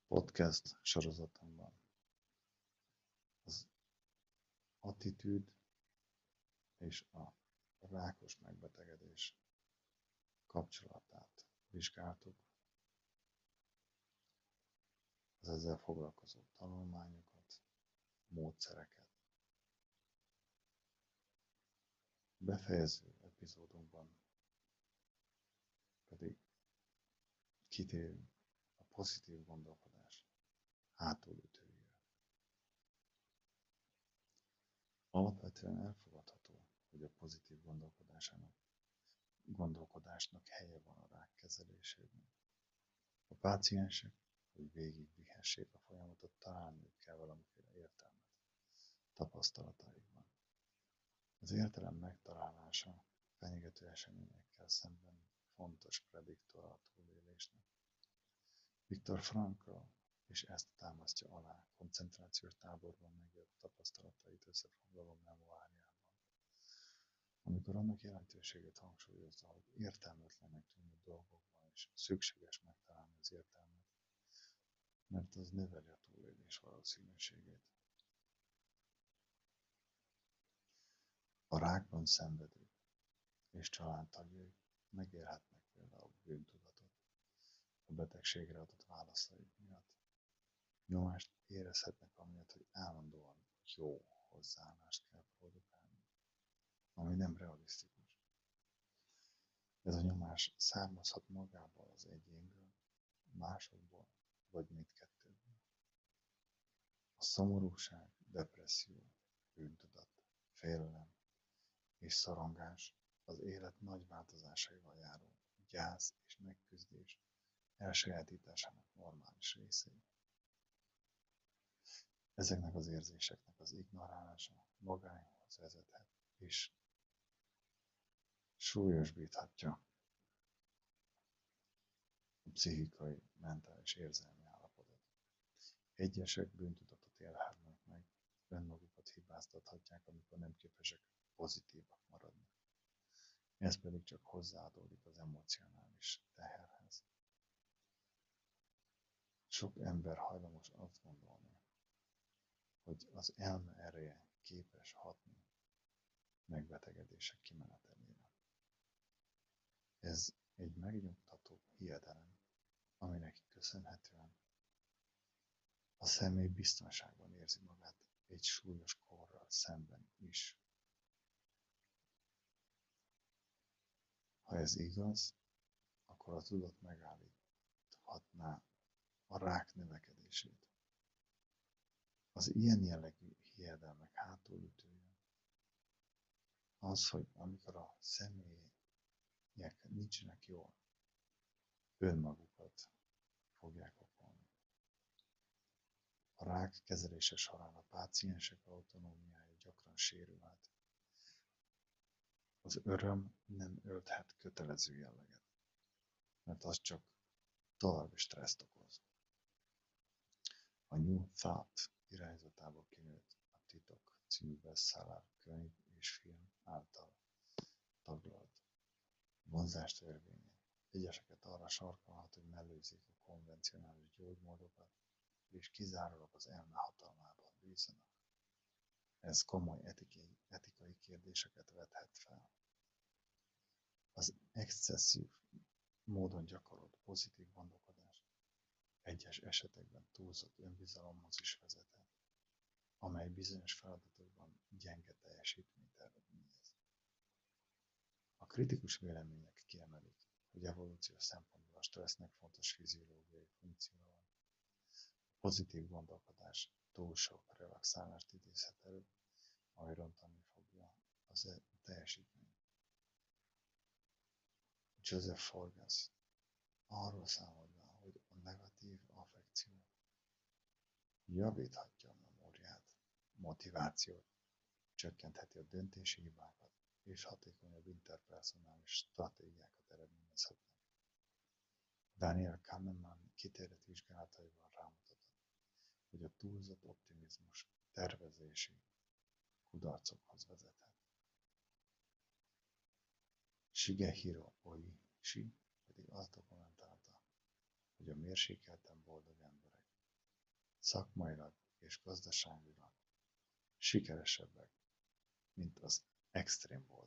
Podcast sorozatomban az attitűd és a rákos megbetegedés kapcsolatát vizsgáltuk, az ezzel foglalkozó tanulmányokat, módszereket. Befejező epizódunkban pedig kitérünk a pozitív gondolkodás hátulütőjére. Alapvetően elfogadható, hogy a pozitív gondolkodásnak helye van a rák kezelésében. A páciensek, hogy végigvihessék a folyamatot, találniuk kell valamiféle értelmet tapasztalataikban. Az értelem megtalálása fenyegető eseményekkel szemben fontos prediktora a túlélésnek. Viktor Frankl és ezt támasztja alá koncentrációs táborban megélt tapasztalatait összefoglaló memoárjában, amikor annak jelentőségét hangsúlyozza, hogy értelmetlenek tűnő dolgokban is szükséges megtalálni az értelmet, mert az növeli a túlélés valószínűségét. A rákban szenvedők és családtagjaik megélhetnek például bűntudatot a betegségre adott válaszaik miatt. Nyomást érezhetnek amiatt, hogy állandóan jó hozzáállást kell produkálni, ami nem realisztikus. Ez a nyomás származhat magából az egyénből, másokból, vagy mindkettőből. A szomorúság, depresszió, bűntudat, félelem és szorongás az élet nagy változásaival járó gyász és megküzdés elsajátításának normális részei. Ezeknek az érzéseknek az ignorálása magányhoz vezethet, és súlyosbíthatja a pszichikai, mentális, érzelmi állapotot. Egyesek bűntudatot élhetnek meg, önmagukat hibáztathatják, amikor nem képesek pozitívak maradni. Ez pedig csak hozzáadódik az emocionális teherhez. Sok ember hajlamos azt gondolni, hogy az elme ereje képes hatni megbetegedések kimenetelére. Ez egy megnyugtató hiedelem, aminek köszönhetően a személy biztonságban érzi magát egy súlyos korral szemben is. Ha ez igaz, akkor a tudat megállíthatná a rák növekedését. Az ilyen jellegű hiedelmek hátulütője az, hogy amikor a személyek nincsenek jól, önmagukat fogják okolni. A rák kezelése során a páciensek autonómiája gyakran sérülhet. Az öröm nem ölthet kötelező jelleget, mert az csak további stresszt okoz. A New Thought irányzatából kinőtt A titok című bestseller könyv és film által taglalt vonzástörvénye egyeseket arra sarkalhat, hogy mellőzzék a konvencionális gyógymódokat, és kizárólag az elme hatalmában bízzanak. Ez komoly etikai kérdéseket vethet fel. Az excesszív módon gyakorolt pozitív gondolkodás egyes esetekben túlzott önbizalomhoz is vezethet, amely bizonyos feladatokban gyenge teljesítményt eredményez. A kritikus vélemények kiemelik, hogy evolúciós szempontból a stressznek fontos fiziológiai funkciója van. A pozitív gondolkodás túl sok relaxálást idézhet elő, ami rontani fogja az teljesítményt. Joseph Forgas arról számol be, hogy a negatív affekció javíthatja a memóriát, motivációt, csökkentheti a döntési hibákat, és hatékonyabb interpersonális stratégiákat eredményezhetnek. Daniel Kahneman kitérett vizsgálataival rámutatott, hogy a túlzott optimizmus tervezési kudarcokhoz vezethet. Shigehiro Oishi pedig azt dokumentálta, hogy a mérsékelten boldog emberek szakmailag és gazdaságilag sikeresebbek, mint az extrém